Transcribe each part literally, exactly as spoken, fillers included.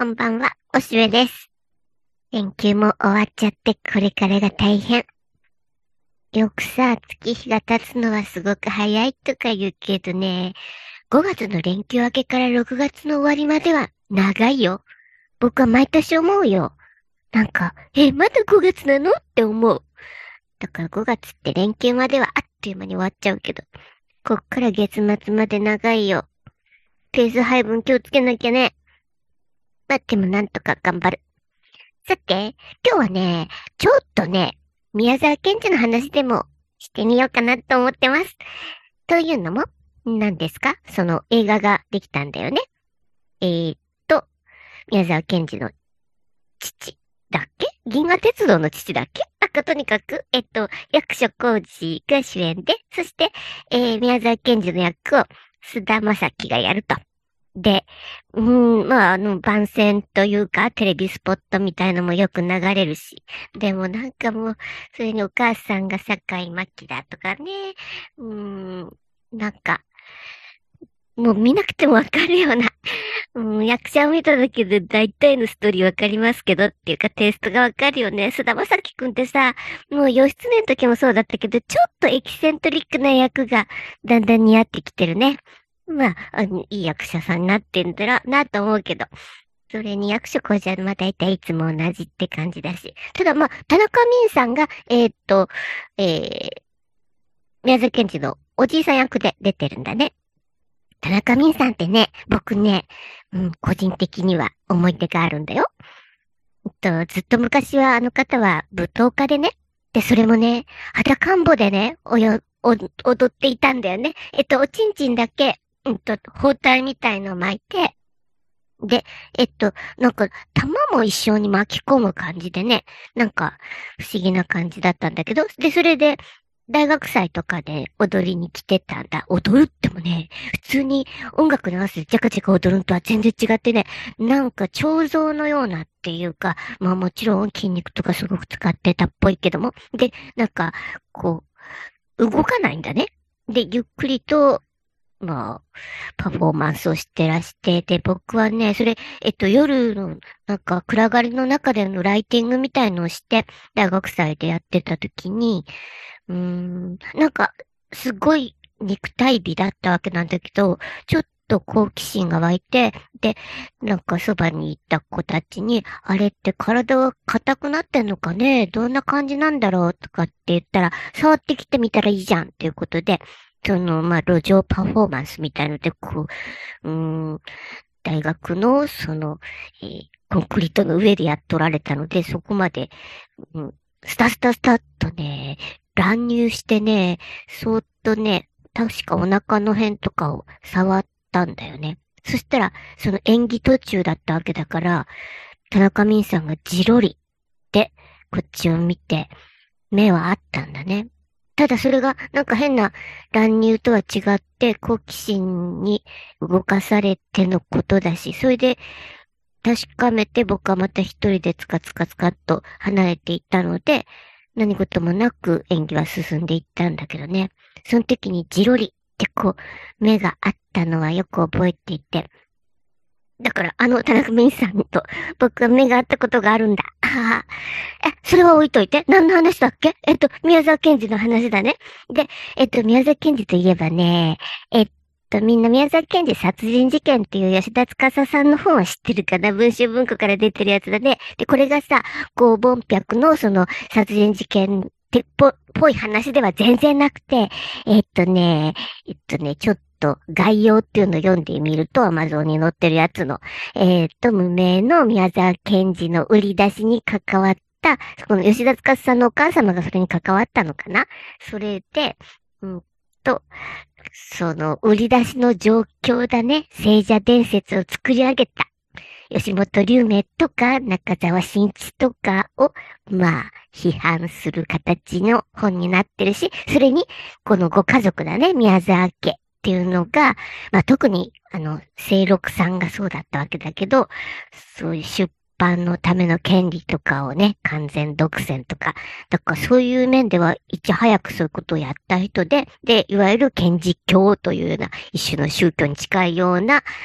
こんばんは、おしめです。連休も終わっちゃって、これからが大変。よくさ、月日が経つのはすごく早いとか言うけどね、ごがつの連休明けからろくがつの終わりまでは長いよ。僕は毎年思うよ。なんか、え、まだごがつなのって思う。だからごがつって連休まではあっという間に終わっちゃうけど、こっから月末まで長いよ。ペース配分気をつけなきゃね。まあ、でもなんとか頑張る。さて、今日はね、ちょっとね、宮沢賢治の話でもしてみようかなと思ってます。というのも、何ですか？その映画ができたんだよね。えーっと、宮沢賢治の父だっけ？銀河鉄道の父だっけ？なんかとにかく、えっと、役所広司が主演で、そして、えー、宮沢賢治の役を菅田将暉がやると。で、うーん、まあ、あの、番宣というか、テレビスポットみたいのもよく流れるし。でもなんかもう、それにお母さんが堺真希だとかね。うーん、なんか、もう見なくてもわかるような。うん、役者を見ただけで大体のストーリーわかりますけどっていうかテイストがわかるよね。菅田将暉くんってさ、もう義経の時もそうだったけど、ちょっとエキセントリックな役がだんだん似合ってきてるね。まあ、あの、いい役者さんになってんだろうなと思うけど。それに役所広司はまあ大体いつも同じって感じだし。ただまあ、田中泯さんが、えーっと、えー、宮崎賢治のおじいさん役で出てるんだね。田中泯さんってね、僕ね、うん、個人的には思い出があるんだよ。えっと、ずっと昔はあの方は舞踏家でね。で、それもね、裸んぼでね、およ、お、踊っていたんだよね。えっと、おちんちんだけ、うんと、包帯みたいの巻いて、で、えっと、なんか、玉も一緒に巻き込む感じでね、なんか、不思議な感じだったんだけど、で、それで、大学祭とかで踊りに来てたんだ。踊るってもね、普通に音楽に合わせてチャカチャカ踊るのとは全然違ってね、なんか彫像のようなっていうか、まあもちろん筋肉とかすごく使ってたっぽいけども、で、なんか、こう、動かないんだね。で、ゆっくりとまあ、パフォーマンスをしてらして、で、僕はね、それ、えっと、夜の、なんか、暗がりの中でのライティングみたいのをして、大学祭でやってた時に、うーん、なんか、すごい肉体美だったわけなんだけど、ちょっと好奇心が湧いて、で、なんかそばにいた子たちに、あれって体が硬くなってんのかね？どんな感じなんだろうとかって言ったら、触ってきてみたらいいじゃんっていうことで、その、まあ、路上パフォーマンスみたいので、こう、うーん、大学の、その、えーコンクリートの上でやっとられたので、そこまで、うん、スタスタスタっとね、乱入してね、そーっとね、確かお腹の辺とかを触ったんだよね。そしたら、その演技途中だったわけだから、田中泯さんがじろりってこっちを見て、目はあったんだね。ただそれがなんか変な乱入とは違って好奇心に動かされてのことだし、それで確かめて僕はまた一人でつかつかつかっと離れていったので、何事もなく演技は進んでいったんだけどね。その時にジロリってこう目があったのはよく覚えていて、だから、あの、田中泯さんと僕は目が合ったことがあるんだ。ああ。え、それは置いといて。何の話だっけ？えっと、宮沢賢治の話だね。で、えっと、宮沢賢治といえばね、えっと、みんな宮沢賢治殺人事件っていう吉田司さんの本は知ってるかな？文集文庫から出てるやつだね。で、これがさ、こう、ボン百のその殺人事件ってぽ、ぽい話では全然なくて、えっとね、えっとね、ちょっと概要っていうのを読んでみると、アマゾンに載ってるやつの、えっと、無名の宮沢賢治の売り出しに関わった、この吉田司さんのお母様がそれに関わったのかな？それで、うんと、その売り出しの状況だね。聖者伝説を作り上げた。吉本龍明とか中澤新一とかを、まあ、批判する形の本になってるし、それに、このご家族だね、宮沢家っていうのが、まあ特に、あの、清六さんがそうだったわけだけど、そういう出版のための権利とかをね、完全独占とか、だからそういう面ではいち早くそういうことをやった人で、で、いわゆる賢治教というような一種の宗教に近いような、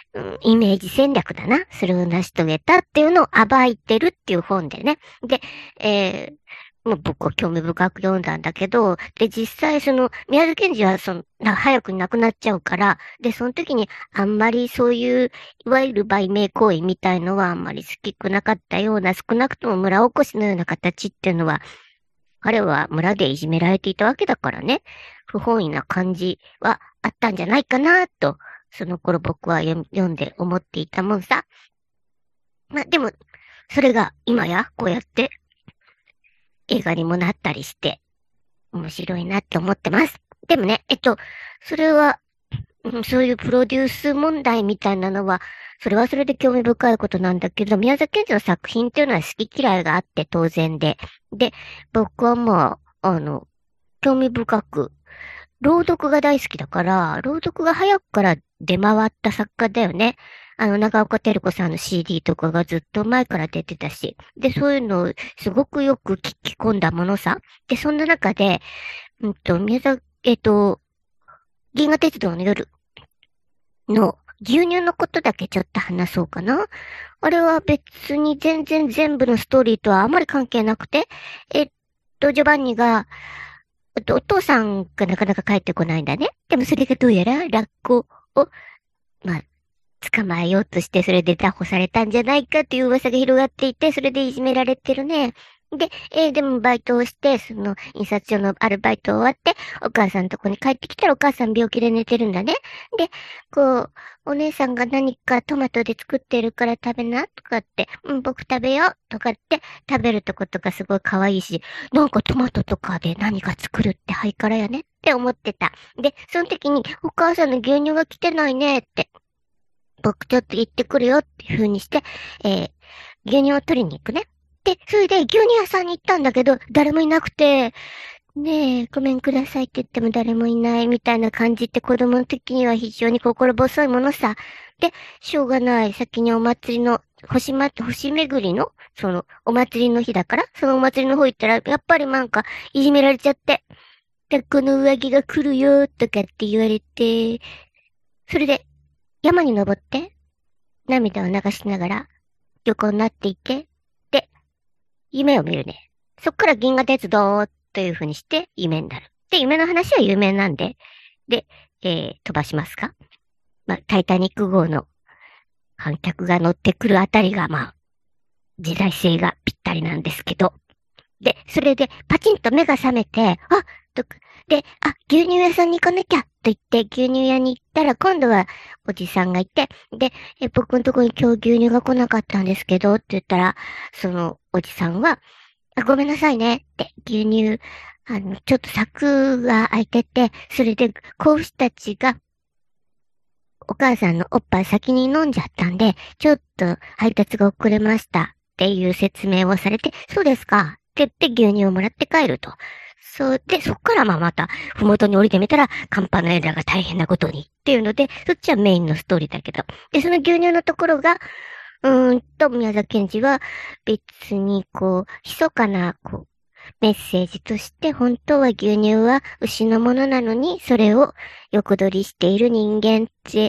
うん、イメージ戦略だな。それを成し遂げたっていうのを暴いてるっていう本でね。で、えーもう僕は興味深く読んだんだけど、で、実際その、宮沢賢治はその、な早くに亡くなっちゃうから、で、その時にあんまりそういう、いわゆる売名行為みたいのはあんまり好きくなかったような、少なくとも村おこしのような形っていうのは、彼は村でいじめられていたわけだからね、不本意な感じはあったんじゃないかな、と、その頃僕は読読んで思っていたもんさ。まあ、でも、それが今や、こうやって映画にもなったりして、面白いなって思ってます。でもね、えっと、それは、うん、そういうプロデュース問題みたいなのは、それはそれで興味深いことなんだけど、宮崎賢治の作品っていうのは好き嫌いがあって当然で。で、僕はまあ、あの、興味深く、朗読が大好きだから、朗読が早くから出回った作家だよね。あの、長岡照子さんの シーディー とかがずっと前から出てたし。で、そういうのをすごくよく聞き込んだものさ。で、そんな中で、うんと、宮崎、えっと、銀河鉄道の夜の牛乳のことだけちょっと話そうかな。あれは別に全然全部のストーリーとはあまり関係なくて、えっと、ジョバンニが、えっと、お父さんがなかなか帰ってこないんだね。でもそれがどうやらラッコを、まあ、捕まえようとして、それで拿捕されたんじゃないかっていう噂が広がっていて、それでいじめられてるね。で、えーでもバイトをして、その、印刷所のアルバイト終わって、お母さんのとこに帰ってきたらお母さん病気で寝てるんだね。で、こう、お姉さんが何かトマトで作ってるから食べなとかって、うん、僕食べようとかって食べるとことかすごい可愛いし、なんかトマトとかで何か作るってハイカラやねって思ってた。で、その時にお母さんの牛乳が来てないねって、僕ちょっと行ってくるよっていう風にして、えー、牛乳を取りに行くね。で、それで牛乳屋さんに行ったんだけど、誰もいなくて、ねえ、ごめんくださいって言っても誰もいないみたいな感じって子供の時には非常に心細いものさ。で、しょうがない。先にお祭りの、星ま、星巡りの、その、お祭りの日だから、そのお祭りの方行ったら、やっぱりなんか、いじめられちゃって。で、この上着が来るよ、とかって言われて、それで、山に登って、涙を流しながら、横になっていて、で、夢を見るね。そっから銀河鉄道という風にして夢になる。で、夢の話は有名なんで、で、えー、飛ばしますか？まあ、タイタニック号の観客が乗ってくるあたりが、まあ、時代性がぴったりなんですけど、で、それでパチンと目が覚めて、あ、とか、で、あ、牛乳屋さんに行かなきゃと言って牛乳屋に行ったら今度はおじさんがいて、で、え、僕のとこに今日牛乳が来なかったんですけどって言ったら、そのおじさんは、あ、ごめんなさいねって、牛乳、あの、ちょっと柵が開いてて、それで、子牛たちが、お母さんのおっぱい先に飲んじゃったんで、ちょっと配達が遅れましたっていう説明をされて、そうですかって言って牛乳をもらって帰ると。そうで、そっからまあまた、ふもとに降りてみたら、カンパネラが大変なことにっていうので、そっちはメインのストーリーだけど。で、その牛乳のところが、うーんと、宮崎賢治は別にこう、密かな、こう、メッセージとして本当は牛乳は牛のものなのに、それを横取りしている人間って、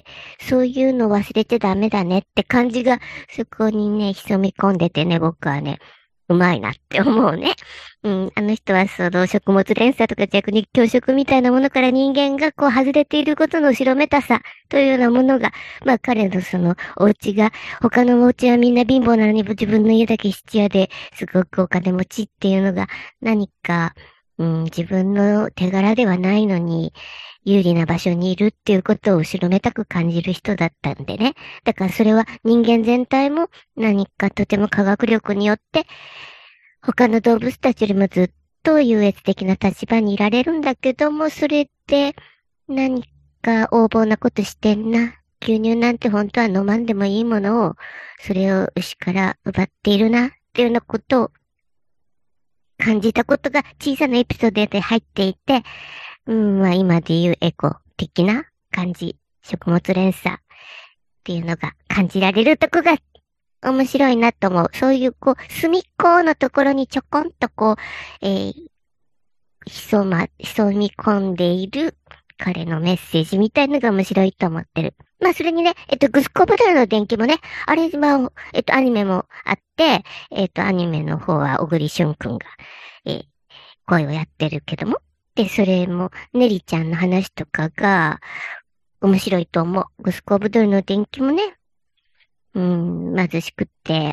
そういうの忘れてダメだねって感じが、そこにね、潜み込んでてね、僕はね、うまいなって思うね。うん、あの人はその食物連鎖とか弱肉強食みたいなものから人間がこう外れていることの後ろめたさというようなものが、まあ彼のそのお家が、他のお家はみんな貧乏なのに自分の家だけ質屋ですごくお金持ちっていうのが何か、うん、自分の手柄ではないのに有利な場所にいるっていうことを後ろめたく感じる人だったんでね。だからそれは人間全体も何かとても科学力によって他の動物たちよりもずっと優越的な立場にいられるんだけども、それって何か横暴なことしてんな。牛乳なんて本当は飲まんでもいいものを、それを牛から奪っているな、っていうようなことを感じたことが小さなエピソードで入っていて、うん、まあ今で言うエコ的な感じ、食物連鎖っていうのが感じられるとこが面白いなと思う。そういう、こう、隅っこのところにちょこんとこう、えー、潜ま、潜み込んでいる彼のメッセージみたいのが面白いと思ってる。まあ、それにね、えっと、グスコブドルの電気もね、あれ、まあ、えっと、アニメもあって、えっと、アニメの方は小栗旬くんが、えー声をやってるけども。で、それも、ネリちゃんの話とかが、面白いと思う。グスコブドルの電気もね、うん、貧しくって、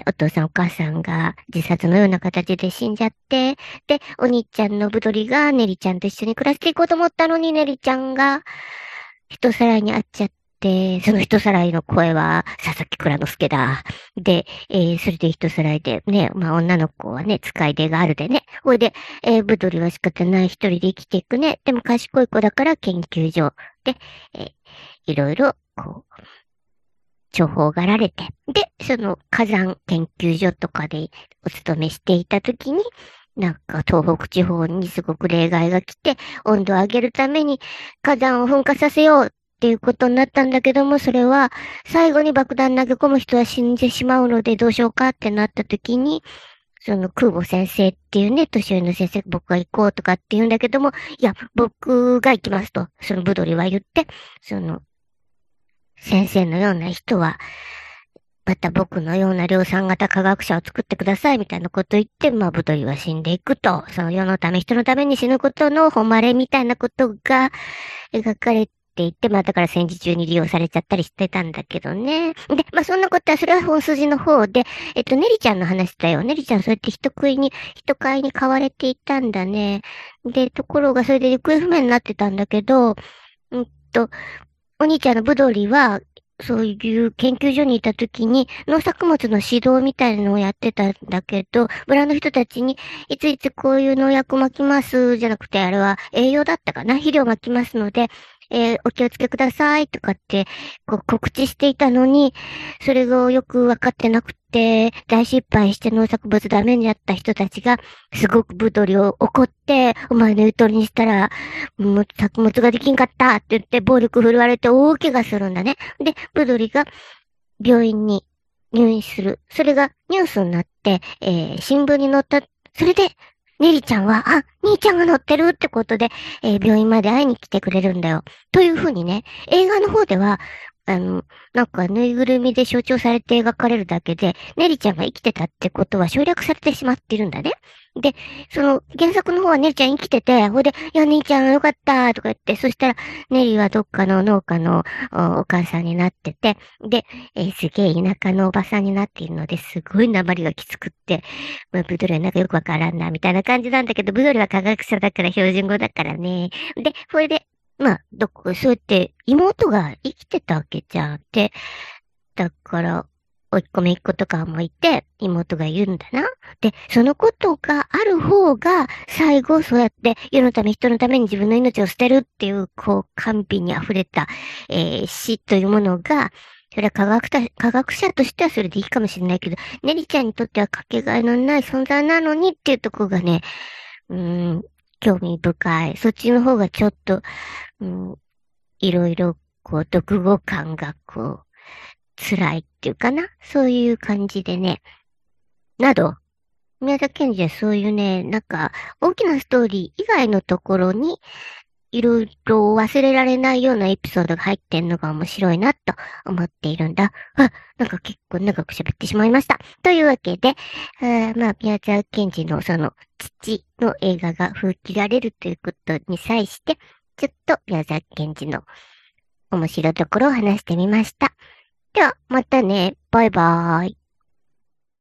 お父さんお母さんが自殺のような形で死んじゃって、で、お兄ちゃんのブドリがネリちゃんと一緒に暮らしていこうと思ったのに、ネリちゃんが人さらいに会っちゃって、その人さらいの声は佐々木蔵之介だ。で、えー、それで人さらいでね、まあ女の子はね、使い手があるでね。ほいで、えー、ブドリは仕方ない一人で生きていくね。でも賢い子だから研究所で、えー、いろいろ、こう、重宝がられて、で、その火山研究所とかでお勤めしていたときに、なんか東北地方にすごく例外が来て、温度を上げるために火山を噴火させようっていうことになったんだけども、それは最後に爆弾投げ込む人は死んでしまうのでどうしようかってなったときに、その空母先生っていうね、年寄りの先生、僕が行こうとかって言うんだけども、いや、僕が行きますと、そのブドリは言って、その、先生のような人は、また僕のような量産型科学者を作ってくださいみたいなこと言って、まあ、ブドリは死んでいくと、その世のため、人のために死ぬことの誉れみたいなことが描かれていて、まあ、だから戦時中に利用されちゃったりしてたんだけどね。で、まあ、そんなことは、それは本筋の方で、えっと、ネリちゃんの話だよ。ネリちゃんそうやって人食いに、人買いに買われていたんだね。で、ところがそれで行方不明になってたんだけど、うんと、お兄ちゃんのブドリは、そういう研究所にいた時に農作物の指導みたいなのをやってたんだけど、村の人たちにいついつこういう農薬撒きますじゃなくて、あれは栄養だったかな、肥料撒きますので、えーお気をつけくださいとかってこう告知していたのに、それがよくわかってなくて、大失敗して農作物ダメになった人たちが、すごくブドリを怒って、お前の言う通りにしたら、もう作物ができんかったって言って暴力振るわれて大怪我するんだね。で、ブドリが病院に入院する。それがニュースになって、えー、新聞に載った。それで、ネリちゃんは、あ、兄ちゃんが乗ってるってことで、えー病院まで会いに来てくれるんだよ。というふうにね、映画の方では、あの、なんかぬいぐるみで象徴されて描かれるだけで、ネリちゃんが生きてたってことは省略されてしまってるんだね。で、その原作の方はネリちゃん生きてて、ほいで、いや、ネリちゃんよかったとか言って、そしたら、ネリはどっかの農家のおお母さんになってて、で、えーすげえ田舎のおばさんになっているので、すごい訛りがきつくって、まあ、ブドリはなんかよくわからんな、みたいな感じなんだけど、ブドリは科学者だから標準語だからね。で、それで、まあ、どこ、そうやって妹が生きてたわけじゃん。で、だから、おいっ子めいっ子とかもいて、妹が言うんだな。で、そのことがある方が、最後そうやって世のため人のために自分の命を捨てるっていう、こう、甘美に溢れた、えー死というものが、それは科学た、科学者としてはそれでいいかもしれないけど、ネリちゃんにとってはかけがえのない存在なのにっていうところがね、うーん、興味深い。そっちの方がちょっと、うん、いろいろ、こう、読後感が、こう、辛いっていうかな。そういう感じでね。など、宮崎賢治はそういうね、なんか、大きなストーリー以外のところに、いろいろ忘れられないようなエピソードが入ってんのが面白いなと思っているんだ。あ、なんか結構長く喋ってしまいました。というわけで、あーまあ、宮崎賢治のその、父の映画が封切られるということに際して、ちょっと宮崎賢治の面白いところを話してみました。では、またね。バイバーイ。